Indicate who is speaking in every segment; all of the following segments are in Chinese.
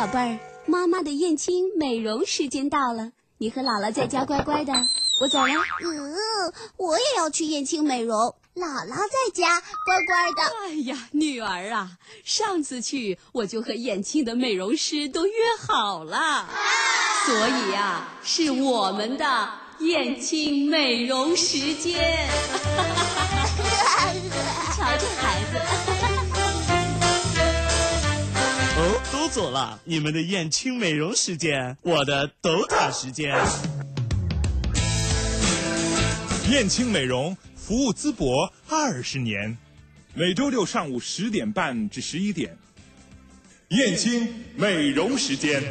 Speaker 1: 贝儿，妈妈的燕青美容时间到了，你和姥姥在家乖乖的，我走了。
Speaker 2: 我也要去燕青美容，姥姥在家乖乖的。
Speaker 1: 哎呀，女儿啊，上次去我就和燕青的美容师都约好了，所以啊，是我们的燕青美容时间。瞧这孩子。
Speaker 3: 哦，都走了，你们的燕青美容时间，我的斗塔时间。
Speaker 4: 燕青美容服务淄博20年，每周六上午10点半至11点，燕青美容时间。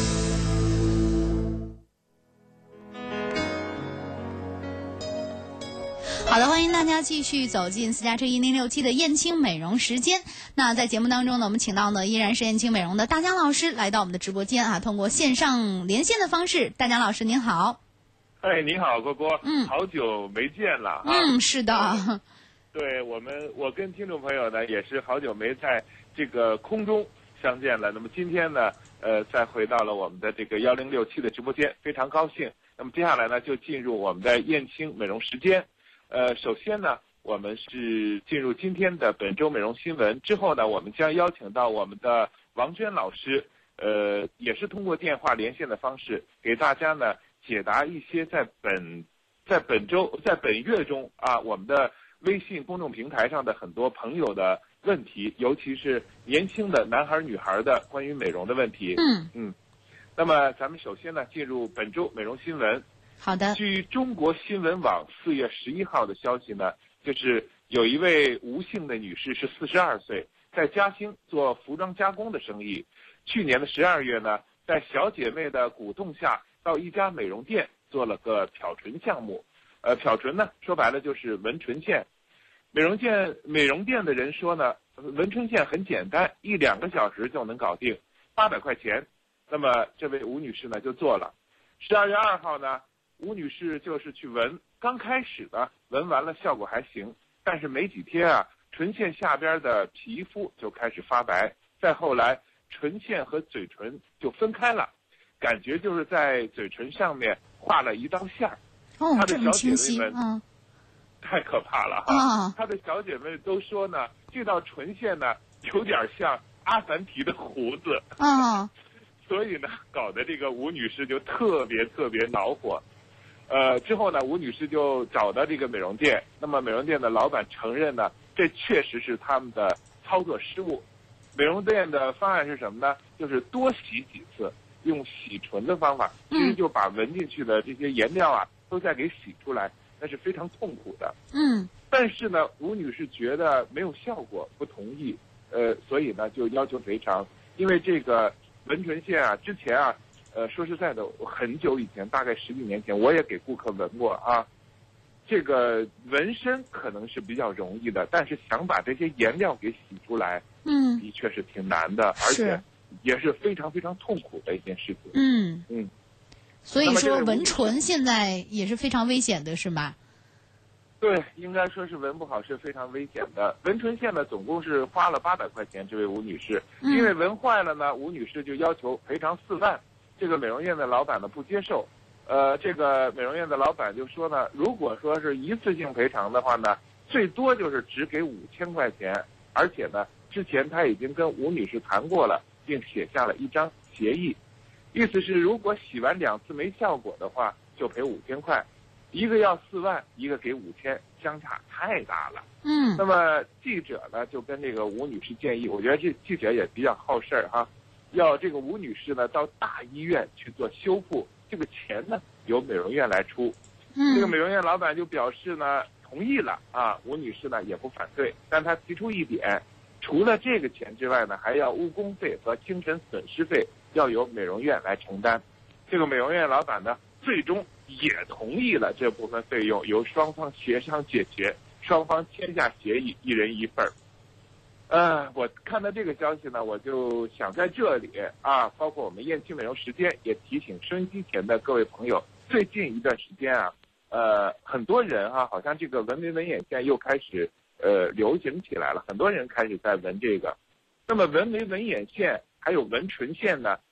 Speaker 5: 好的，欢迎大家继续走进私家车1067的燕青美容时间。那在节目当中呢，我们请到呢依然是燕青美容的大江老师来到我们的直播间啊，通过线上连线的方式。大江老师您好。
Speaker 6: 哎，你好，郭郭。好久没见了啊。
Speaker 5: 是的。
Speaker 6: 对我跟听众朋友呢也是好久没在这个空中相见了。那么今天呢，再回到了我们的这个1067的直播间，非常高兴。那么接下来呢，就进入我们的燕青美容时间。首先呢，我们是进入今天的本周美容新闻之后呢，我们将邀请到我们的王娟老师，也是通过电话连线的方式，给大家呢解答一些在本月中啊，我们的微信公众平台上的很多朋友的问题，尤其是年轻的男孩女孩的关于美容的问题。那么咱们首先呢，进入本周美容新闻。
Speaker 5: 好的。
Speaker 6: 据中国新闻网4月11号的消息呢，就是有一位吴姓的女士是42岁，在嘉兴做服装加工的生意。去年的12月呢，在小姐妹的鼓动下，到一家美容店做了个漂唇项目。漂唇呢，说白了就是纹唇线。美容店的人说呢，纹唇线很简单，1-2个小时就能搞定，800块钱。那么这位吴女士呢就做了。12月2号呢，吴女士就是去纹，刚开始呢纹完了效果还行，但是没几天啊，唇线下边的皮肤就开始发白，再后来唇线和嘴唇就分开了，感觉就是在嘴唇上面画了一道线儿。她的小姐妹们太可怕了哈！她的小姐妹都说呢，这道唇线呢有点像阿凡提的胡子。所以呢，搞得这个吴女士就特别恼火。之后呢，吴女士就找到这个美容店，那么美容店的老板承认呢，这确实是他们的操作失误。美容店的方案是什么呢？就是多洗几次，用洗唇的方法，其实就把纹进去的这些颜料啊，都再给洗出来，那是非常痛苦的。但是呢，吴女士觉得没有效果，不同意，所以呢就要求赔偿，因为这个纹唇线啊，之前啊。说实在的，很久以前，大概10几年前，我也给顾客纹过啊。这个纹身可能是比较容易的，但是想把这些颜料给洗出来，的确是挺难的，而且也是非常痛苦的一件事情。
Speaker 5: 所以说纹唇现在也是非常危险的，是吗？
Speaker 6: 对，应该说是纹不好是非常危险的。纹唇线呢，总共是花了800块钱，这位吴女士，因为纹坏了呢，吴女士就要求赔偿4万。这个美容院的老板呢不接受，这个美容院的老板就说呢，如果说是一次性赔偿的话呢，最多就是只给5000块钱，而且呢，之前他已经跟吴女士谈过了，并写下了一张协议，意思是如果洗完2次没效果的话，就赔5000块，一个要4万，一个给5000，相差太大了。那么记者呢就跟这个吴女士建议，我觉得这记者也比较好事儿哈。要这个吴女士呢到大医院去做修复，这个钱呢由美容院来出。这个美容院老板就表示呢同意了啊，吴女士呢也不反对，但她提出一点，除了这个钱之外呢，还要误工费和精神损失费要由美容院来承担。这个美容院老板呢最终也同意了这部分费用由双方协商解决，双方签下协议，1人1份。我看到这个消息呢，我就想在这里啊，包括我们燕青美容时间也提醒收音机前的各位朋友，最近一段时间啊，很多人啊，好像这个纹眉纹眼线又开始流行起来了，很多人开始在纹这个。那么纹眉纹眼线还有纹唇线呢，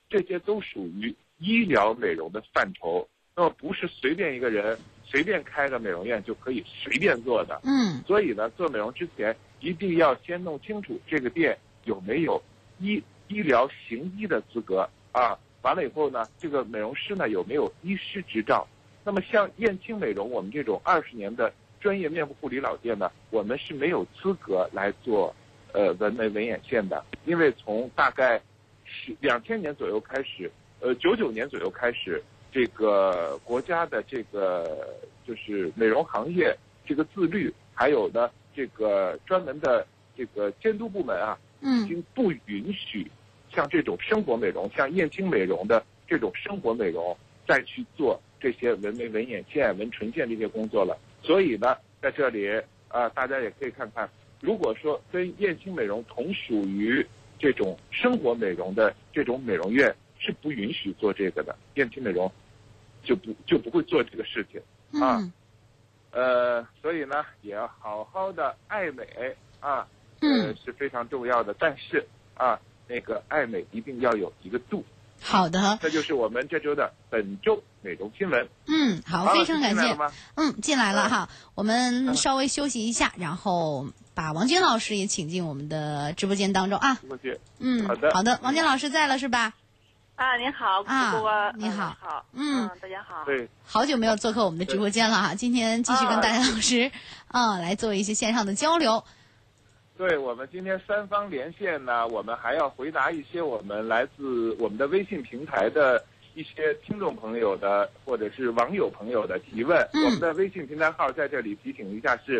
Speaker 6: 这些都属于医疗美容的范畴，那么不是随便一个人随便开个美容院就可以随便做的。所以呢，做美容之前一定要先弄清楚这个店有没有医疗行医的资格啊。完了以后呢，这个美容师呢有没有医师执照？那么像燕青美容，我们这种20年的专业面部护理老店呢，我们是没有资格来做纹眉纹眼线的，因为从大概2000年左右开始，99年左右开始，这个国家的这个就是美容行业这个自律，还有呢这个专门的这个监督部门啊，已经不允许像这种生活美容，像燕青美容的这种生活美容再去做这些纹眉、纹眼线、纹唇线这些工作了。所以呢，在这里大家也可以看看，如果说跟燕青美容同属于这种生活美容的这种美容院是不允许做这个的，燕青美容就不会做这个事情啊。所以呢，也要好好的爱美啊，是非常重要的。但是啊，那个爱美一定要有一个度。
Speaker 5: 好的，
Speaker 6: 这就是我们这周的本周美容新闻。
Speaker 5: 好，非常感谢。进来了哈，我们稍微休息一下，然后把王军老师也请进我们的直播间当中啊。好的，王军老师在了是吧？
Speaker 7: 您好，
Speaker 5: 你好，
Speaker 7: 大家好。
Speaker 6: 对，
Speaker 5: 好久没有做客我们的直播间了哈，今天继续跟大家老师来做一些线上的交流。
Speaker 6: 对，我们今天3方连线呢，我们还要回答一些我们来自我们的微信平台的一些听众朋友的或者是网友朋友的提问。我们的微信平台号在这里提醒一下是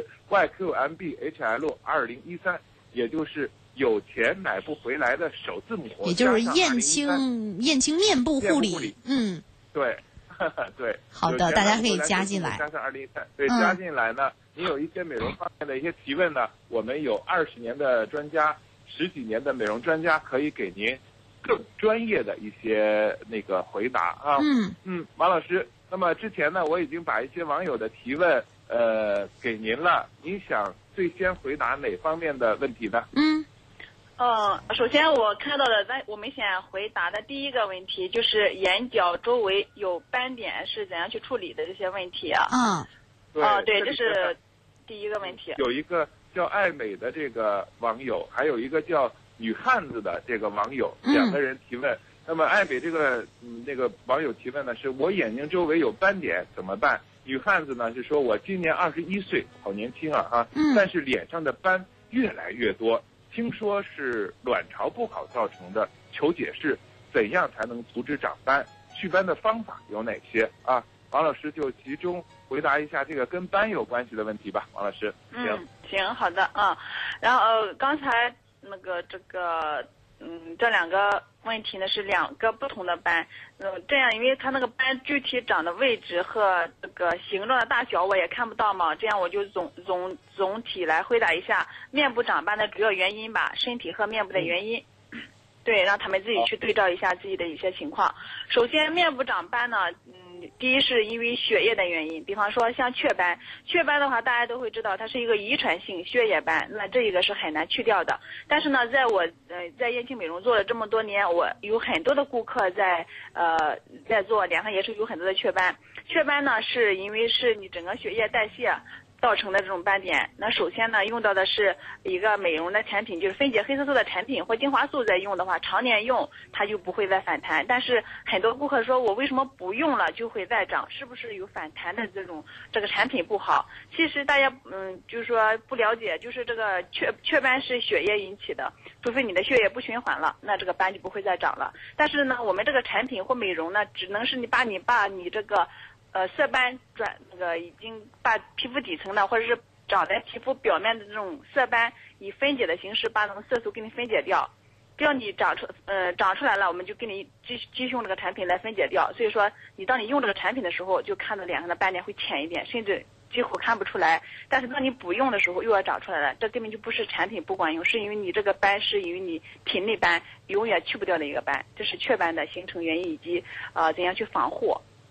Speaker 6: YQMBHL2013，也就是有钱买不回来的首字母，
Speaker 5: 也就是燕青面部护理。
Speaker 6: 对，对。
Speaker 5: 好的，大家可以加进来。
Speaker 6: 加上2013，对，加进来呢。你有一些美容方面的一些提问呢，我们有20年的专家，10几年的美容专家，可以给您更专业的一些那个回答啊。王老师，那么之前呢，我已经把一些网友的提问给您了，您想最先回答哪方面的问题呢？
Speaker 7: 首先我看到的，我们想回答的第一个问题就是眼角周围有斑点是怎样去处理的这些问题啊。对，这是第一个问题。
Speaker 6: 有一个叫爱美的这个网友，还有一个叫女汉子的这个网友，两个人提问。那么爱美这个那个网友提问呢，是我眼睛周围有斑点怎么办？女汉子呢是说我今年21岁，好年轻啊但是脸上的斑越来越多，听说是卵巢不好造成的，求解释，怎样才能阻止长斑？祛斑的方法有哪些啊？王老师就集中回答一下这个跟斑有关系的问题吧，王老师。
Speaker 7: 行，好的然后刚才那个这两个问题呢是2个不同的斑，这样因为它那个斑具体长的位置和这个形状的大小我也看不到嘛，这样我就总体来回答一下面部长斑的主要原因吧，身体和面部的原因。对，让他们自己去对照一下自己的一些情况。首先，面部长斑呢，第一是因为血液的原因，比方说像雀斑的话，大家都会知道它是一个遗传性血液斑，那这一个是很难去掉的。但是呢，在我在燕青美容做了这么多年，我有很多的顾客在做，脸上也是有很多的雀斑。雀斑呢，是因为是你整个血液代谢造成的这种斑点。那首先呢，用到的是一个美容的产品，就是分解黑色素的产品或精华素，在用的话，常年用它就不会再反弹。但是很多顾客说，我为什么不用了就会再长？是不是有反弹的这个产品不好？其实大家就是说不了解，就是这个雀斑是血液引起的，除非你的血液不循环了，那这个斑就不会再长了。但是呢，我们这个产品或美容呢，只能是把你这个色斑已经把皮肤底层的或者是长在皮肤表面的这种色斑，以分解的形式把那种色素给你分解掉。只要你长出来了，我们就给你继续用这个产品来分解掉。所以说，当你用这个产品的时候，就看到脸上的斑点会浅一点，甚至几乎看不出来。但是当你不用的时候，又要长出来了，这根本就不是产品不管用，是因为你这个斑是因为你体内斑永远去不掉的一个斑。这是雀斑的形成原因以及怎样去防护。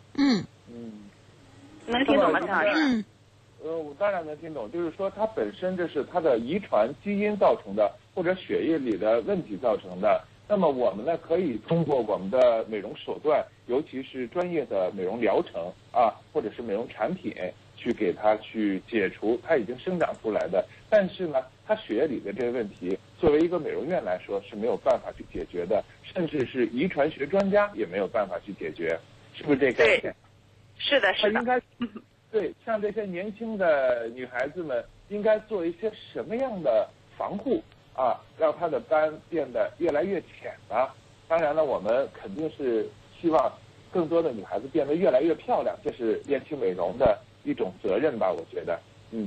Speaker 7: 能听懂吗，陈老师？
Speaker 6: 我当然能听懂，就是说它本身这是它的遗传基因造成的，或者血液里的问题造成的。 那么我们呢，可以通过我们的美容手段，尤其是专业的美容疗程啊，或者是美容产品，去给它去解除它已经生长出来的，但是呢，它血液里的这个问题，作为一个美容院来说是没有办法去解决的，甚至是遗传学专家也没有办法去解决，是不是这个概念？
Speaker 7: 是的，是的。
Speaker 6: 应该对，像这些年轻的女孩子们，应该做一些什么样的防护啊，让她的斑变得越来越浅呢？当然了，我们肯定是希望更多的女孩子变得越来越漂亮，这是燕青美容的一种责任吧，我觉得，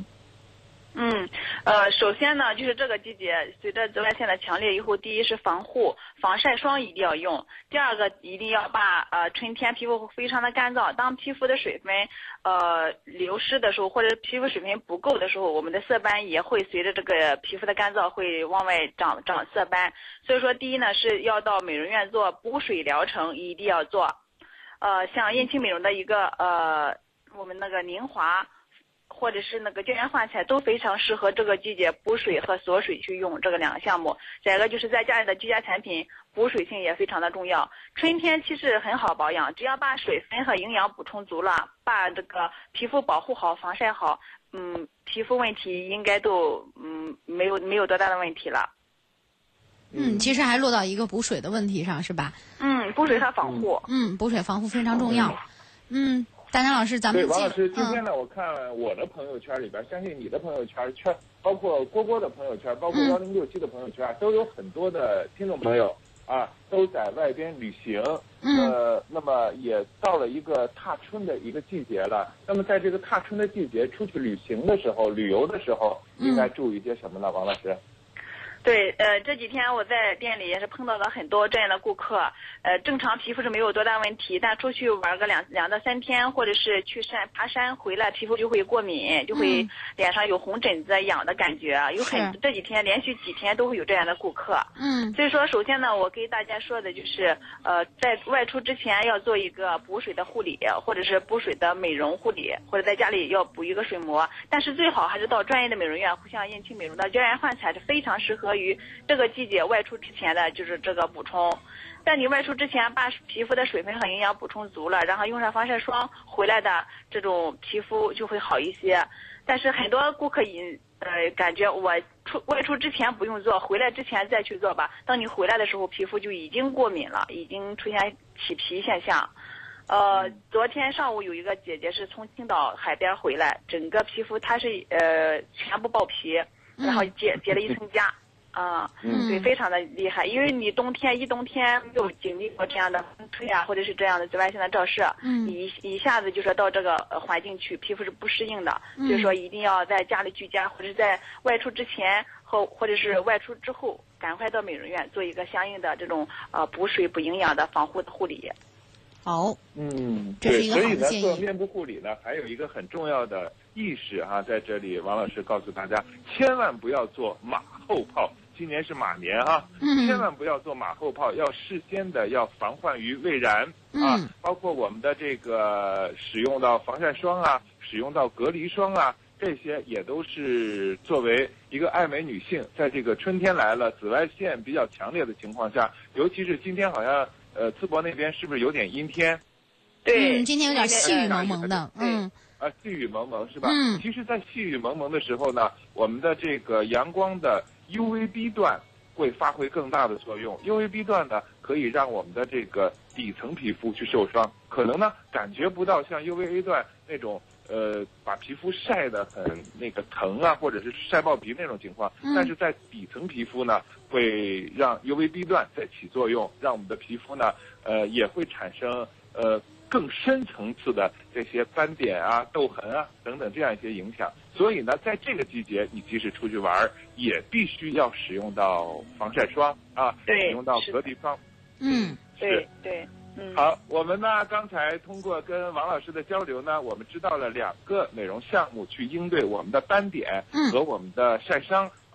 Speaker 7: 首先呢，就是这个季节随着紫外线的强烈以后，第一是防护，防晒霜一定要用；第二个一定要把春天皮肤非常的干燥，当皮肤的水分流失的时候，或者皮肤水分不够的时候，我们的色斑也会随着这个皮肤的干燥会往外长色斑。所以说，第一呢是要到美容院做补水疗程，一定要做。像燕青美容的一个我们那个凝华，或者是那个胶原焕彩都非常适合这个季节补水和锁水去用这个两个项目。再一个就是在家里的居家产品补水性也非常的重要。春天其实很好保养，只要把水分和营养补充足了，把这个皮肤保护好、防晒好，皮肤问题应该都没有多大的问题了。
Speaker 5: 其实还落到一个补水的问题上，是吧？
Speaker 7: 补水和防护。
Speaker 5: 补水防护非常重要。大江老师，咱们
Speaker 6: 对王老师，今天呢，我看我的朋友圈里边，相信你的朋友圈，包括郭的朋友圈，包括1067的朋友圈，都有很多的听众朋友啊，都在外边旅行。那么也到了一个踏春的一个季节了。那么在这个踏春的季节，出去旅行的时候、旅游的时候，应该注意些什么呢？王老师？
Speaker 7: 对，这几天我在店里也是碰到了很多这样的顾客，正常皮肤是没有多大问题，但出去玩个2到3天，或者是去爬山回来，皮肤就会过敏，就会脸上有红疹子、痒的感觉，这几天连续几天都会有这样的顾客。所以说，首先呢，我给大家说的就是，在外出之前要做一个补水的护理，或者是补水的美容护理，或者在家里要补一个水膜，但是最好还是到专业的美容院，像燕青美容的胶原焕彩是非常适合于这个季节外出之前的就是这个补充。在你外出之前把皮肤的水分和营养补充足了，然后用上防晒霜，回来的这种皮肤就会好一些。但是很多顾客感觉我外出之前不用做，回来之前再去做吧，当你回来的时候皮肤就已经过敏了，已经出现起皮现象。昨天上午有一个姐姐是从青岛海边回来，整个皮肤她是全部爆皮，然后结了一层痂。对，非常的厉害，因为你冬天没有经历过这样的风吹啊，或者是这样的紫外线的照射，你一下子就说到这个环境去，皮肤是不适应的，所以说一定要在家里居家，或者是在外出之前或者是外出之后，赶快到美容院做一个相应的这种补水补营养的防护的护理。
Speaker 5: 好，这是
Speaker 6: 对，
Speaker 5: 一个好的建议。
Speaker 6: 所以呢，做面部护理呢，还有一个很重要的意识哈，在这里王老师告诉大家，千万不要做马后炮。今年是马年啊，千万不要做马后炮，要事先的要防患于未然啊。包括我们的这个使用到防晒霜啊，使用到隔离霜啊，这些也都是作为一个爱美女性，在这个春天来了，紫外线比较强烈的情况下，尤其是今天好像淄博那边是不是有点阴天？
Speaker 7: 对，
Speaker 5: 今天有点细雨蒙蒙的，
Speaker 6: 细雨蒙蒙是吧？其实，在细雨蒙蒙的时候呢，我们的这个阳光的UVB 段会发挥更大的作用。UVB 段呢，可以让我们的这个底层皮肤去受伤，可能呢感觉不到像 UVA 段那种把皮肤晒得很那个疼啊，或者是晒爆皮那种情况。但是在底层皮肤呢，会让 UVB 段在起作用，让我们的皮肤呢也会产生更深层次的这些斑点啊、痘痕啊等等这样一些影响。所以呢，在这个季节，你即使出去玩，也必须要使用到防晒霜啊，使用到隔离霜。
Speaker 7: 对。
Speaker 6: 好，我们呢刚才通过跟王老师的交流呢，我们知道了2个美容项目去应对我们的斑点和我们的晒伤啊。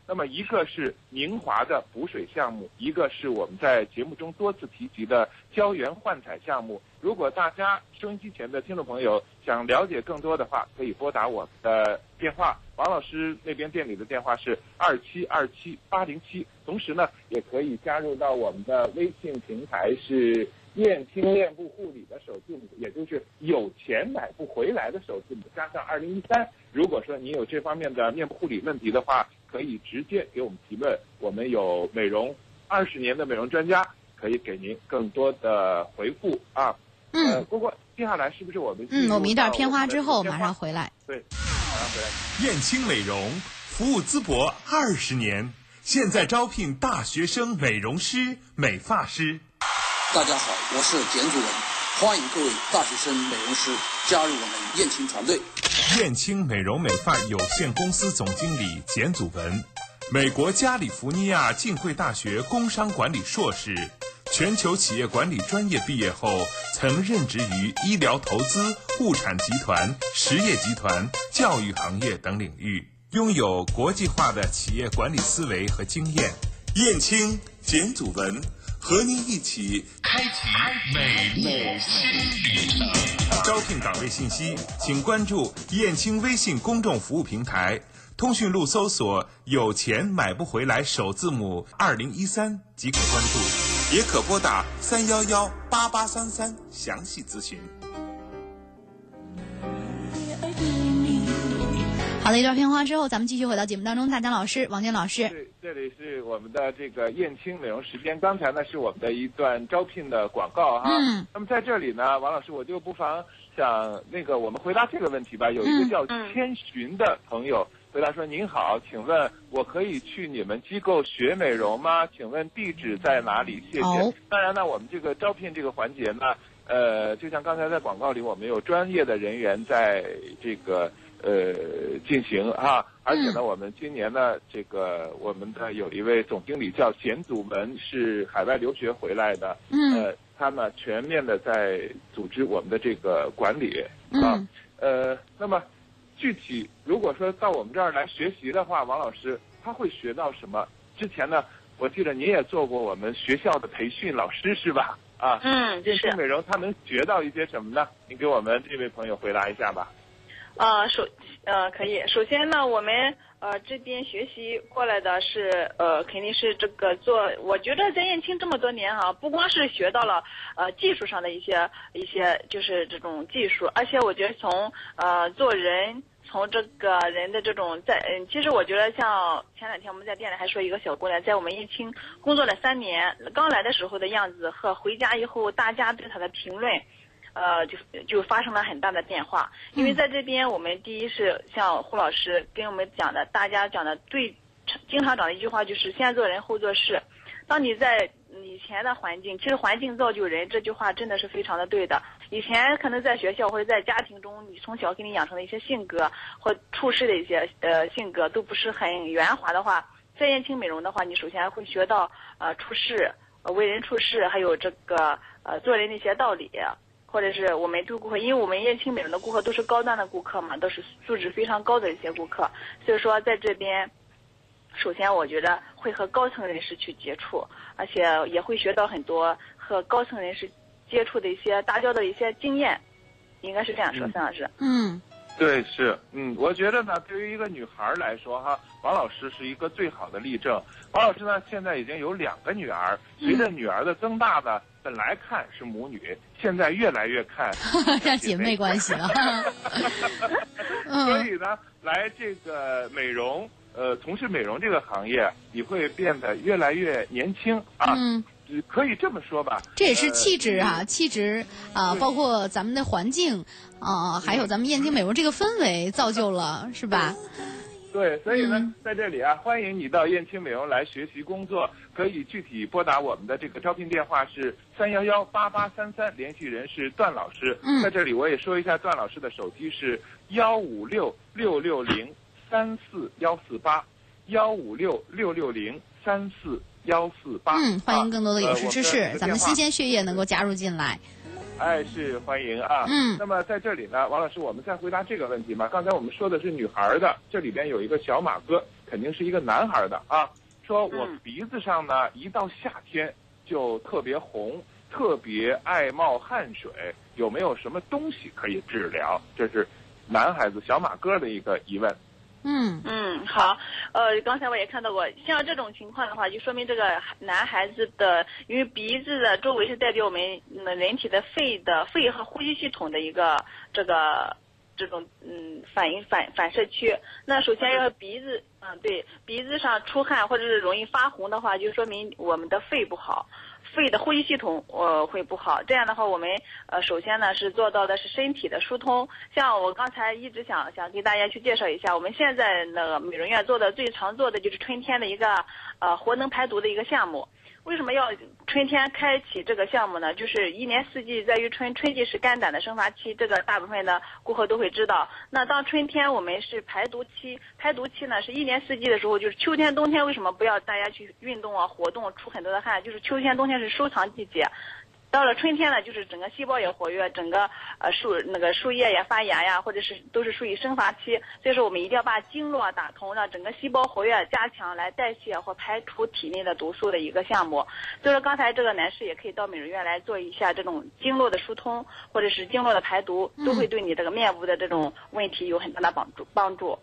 Speaker 6: 那么一个是宁华的补水项目，一个是我们在节目中多次提及的胶原焕彩项目。如果大家收音机前的听众朋友想了解更多的话，可以拨打我们的电话，王老师那边店里的电话是2727-807。同时呢，也可以加入到我们的微信平台，是燕青面部护理的首字母，也就是有钱买不回来的首字母加上2013。如果说你有这方面的面部护理问题的话，可以直接给我们提问，我们有美容20年的美容专家，可以给您更多的回复啊。不过接下来是不是我们
Speaker 5: 我们一段片花之后马上回来。
Speaker 6: 对，马上回来。
Speaker 4: 燕青美容服务淄博20年，现在招聘大学生美容师、美发师。
Speaker 8: 大家好，我是简主任，欢迎各位大学生美容师加入我们燕青团队。
Speaker 4: 燕青美容美发有限公司总经理简祖文，美国加利福尼亚浸会大学工商管理硕士，全球企业管理专业毕业后，曾任职于医疗投资、物产集团、实业集团、教育行业等领域，拥有国际化的企业管理思维和经验。燕青、简祖文和您一起开启美新旅程。招聘岗位信息，请关注燕青微信公众服务平台，通讯录搜索“有钱买不回来”首字母2013即可关注，也可拨打311-8833详细咨询。
Speaker 5: 好的，一段片花之后，咱们继续回到节目当中。大江老师，王坚老师，
Speaker 6: 这里是我们的这个燕青美容时间。刚才呢是我们的一段招聘的广告哈。那么在这里呢，王老师，我就不妨想我们回答这个问题吧。有一个叫千寻的朋友回答说：“您好，请问我可以去你们机构学美容吗？请问地址在哪里？谢谢。”当然呢，我们这个招聘这个环节呢，就像刚才在广告里，我们有专业的人员在这个。进行啊，而且呢，我们今年呢，我们的有一位总经理叫简祖文，是海外留学回来的，他呢全面的在组织我们的这个管理啊，那么具体如果说到我们这儿来学习的话，王老师他会学到什么？之前呢，我记得您也做过我们学校的培训老师是吧？啊，燕青美容他能学到一些什么呢？您给我们这位朋友回答一下吧。
Speaker 7: 可以。首先呢，我们这边学习过来的是肯定是这个做。我觉得在燕青这么多年哈，不光是学到了技术上的一些就是这种技术，而且我觉得从做人，从这个人的这种其实我觉得像前2天我们在店里还说一个小姑娘，在我们燕青工作了3年，刚来的时候的样子和回家以后大家对她的评论。就发生了很大的变化，因为在这边我们第一是像胡老师跟我们讲的，大家讲的经常讲的一句话就是先做人后做事。当你在以前的环境，其实环境造就人，这句话真的是非常的对的。以前可能在学校或者在家庭中，你从小给你养成的一些性格或处事的一些性格都不是很圆滑的话，在燕青美容的话，你首先会学到处事、为人处事，还有这个做人的一些道理。或者是我们对顾客，因为我们燕青美容的顾客都是高端的顾客嘛，都是素质非常高的一些顾客，所以说在这边，首先我觉得会和高层人士去接触，而且也会学到很多和高层人士接触的一些打交的一些经验，应该是这样说，孙老师。
Speaker 6: 对，是，我觉得呢，对于一个女孩来说哈，王老师是一个最好的例证。王老师呢，现在已经有2个女儿，随着女儿的增大呢，本来看是母女，现在越来越看
Speaker 5: 像姐妹关系了。
Speaker 6: 所以呢，来这个美容，从事美容这个行业，你会变得越来越年轻啊。可以这么说吧，
Speaker 5: 这也是气质气质包括咱们的环境还有咱们燕青美容这个氛围造就了，是吧？
Speaker 6: 对，所以呢，在这里欢迎你到燕青美容来学习工作，可以具体拨打我们的这个招聘电话是311-8833，联系人是段老师。在这里我也说一下，段老师的手机是156-660-34148，156-660-34148。
Speaker 5: 欢迎更多的有识之士，咱们新鲜血液能够加入进来。
Speaker 6: 是欢迎啊。那么在这里呢，王老师，我们再回答这个问题嘛。刚才我们说的是女孩的，这里边有一个小马哥， 肯定是一个男孩的啊。说我鼻子上呢，一到夏天就特别红，特别爱冒汗水，有没有什么东西可以治疗？这是男孩子小马哥的一个疑问。
Speaker 7: 好，刚才我也看到过，像这种情况的话，就说明这个男孩子的，因为鼻子的周围是代表我们人体的肺和呼吸系统的一个这种反射区。那首先要鼻子，对，鼻子上出汗或者是容易发红的话，就说明我们的肺不好。肺的呼吸系统会不好，这样的话我们首先呢是做到的是身体的疏通。像我刚才一直想给大家去介绍一下，我们现在那个美容院做的最常做的就是春天的一个活能排毒的一个项目。为什么要春天开启这个项目呢？就是一年四季在于春季是肝胆的生发期，这个大部分的顾客都会知道。那当春天我们是排毒期呢是一年四季的时候，就是秋天冬天为什么不要大家去运动啊活动出很多的汗？就是秋天冬天是收藏季节。到了春天呢，就是整个细胞也活跃，整个树叶也发芽呀，或者是都是属于生发期。所以说我们一定要把经络打通，让整个细胞活跃加强，来代谢或排除体内的毒素的一个项目。所以说刚才这个男士也可以到美容院来做一下这种经络的疏通，或者是经络的排毒，都会对你这个面部的这种问题有很大的帮助。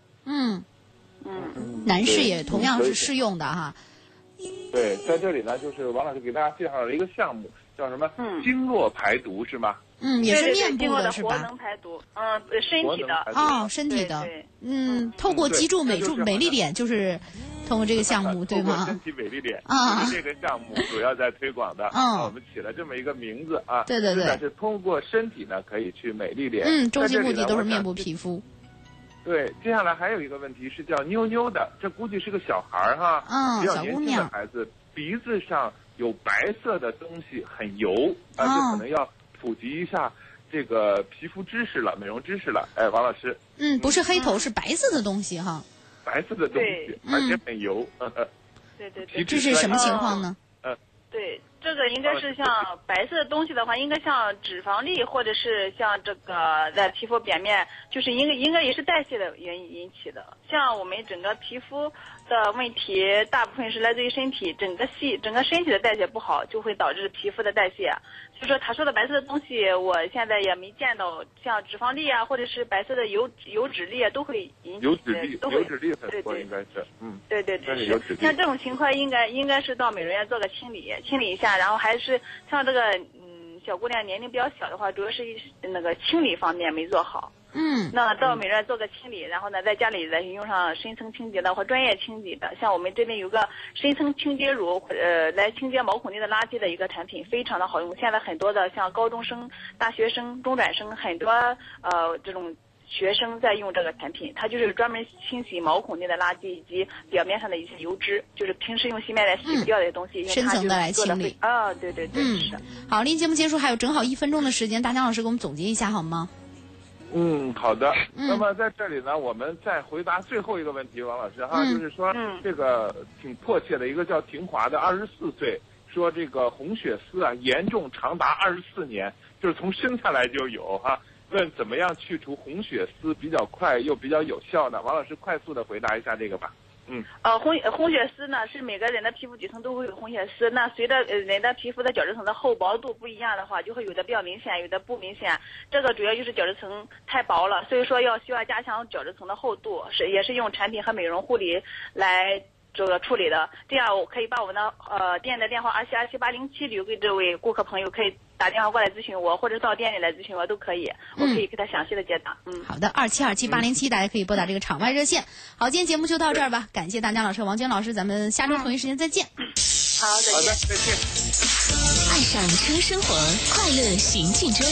Speaker 5: 男士也同样是适用的哈。
Speaker 6: 对，在这里呢，就是王老师给大家介绍了一个项目，叫什么？经络排毒是吗？
Speaker 5: 也是面部的是吧？
Speaker 7: 活能排毒，身体的
Speaker 5: 身体的，透过脊柱美丽脸，就是通过这个项目，对吗？
Speaker 6: 身体美丽脸这个项目主要在推广的，我们起了这么一个名字啊。
Speaker 5: 对，
Speaker 6: 是通过身体呢可以去美丽脸。
Speaker 5: 终极目的都是面部皮肤。
Speaker 6: 对，接下来还有一个问题是叫妞妞的，这估计是个小孩儿哈，比较年轻的孩子，鼻子上有白色的东西很油就可能要普及一下这个皮肤知识了，美容知识了。哎，王老师，
Speaker 5: 不是黑头，是白色的东西哈，
Speaker 6: 白色的东西，而且很油。
Speaker 7: 对，
Speaker 5: 这是什么情况呢？
Speaker 7: 对，这个应该是像白色的东西的话，应该像脂肪粒，或者是像这个在皮肤表面，就是应该也是代谢的原因引起的。像我们整个皮肤的问题，大部分是来自于身体整个身体的代谢不好，就会导致皮肤的代谢。所以说他说的白色的东西，我现在也没见到，像脂肪粒啊，或者是白色的油脂粒都会引起，油脂粒很多，应该是，对，是。像这种情况应该是到美容院做个清理一下，然后还是像这个小姑娘年龄比较小的话，主要是那个清理方面没做好。那到美容院做个清理，然后呢在家里再用上深层清洁的或专业清洁的，像我们这边有个深层清洁乳，来清洁毛孔内的垃圾的一个产品，非常的好用。现在很多的像高中生、大学生、中转生，很多这种学生在用这个产品，它就是专门清洗毛孔内的垃圾以及表面上的一些油脂，就是平时用洗面奶洗不掉的东西，
Speaker 5: 深层的来清理。
Speaker 7: 对，是。
Speaker 5: 好，离节目结束还有正好1分钟的时间，大江老师给我们总结一下好吗？
Speaker 6: 好的。那么在这里呢，我们再回答最后一个问题，王老师哈，就是说这个挺迫切的一个叫廷华的24岁，说这个红血丝严重长达24年，就是从生下来就有哈。问怎么样去除红血丝比较快又比较有效呢？王老师快速的回答一下这个吧。
Speaker 7: 红血丝呢是每个人的皮肤底层都会有红血丝，那随着人的皮肤的角质层的厚薄度不一样的话，就会有的比较明显，有的不明显。这个主要就是角质层太薄了，所以说需要加强角质层的厚度，也是用产品和美容护理来这个处理的。这样我可以把我们的店的电话2727-807留给这位顾客朋友，可以打电话过来咨询我，或者到店里来咨询我都可以，我可以给他详细的解答。
Speaker 5: 好的，2727-807，大家可以拨打这个场外热线。好，今天节目就到这儿吧，感谢大江老师、王娟老师，咱们下周同一时间再见。
Speaker 7: 好，再见。
Speaker 6: 再见。
Speaker 9: 爱上车生活，快乐行进中。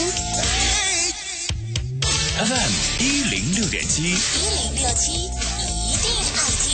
Speaker 10: FM 106.7，106.7，
Speaker 9: 一定爱听。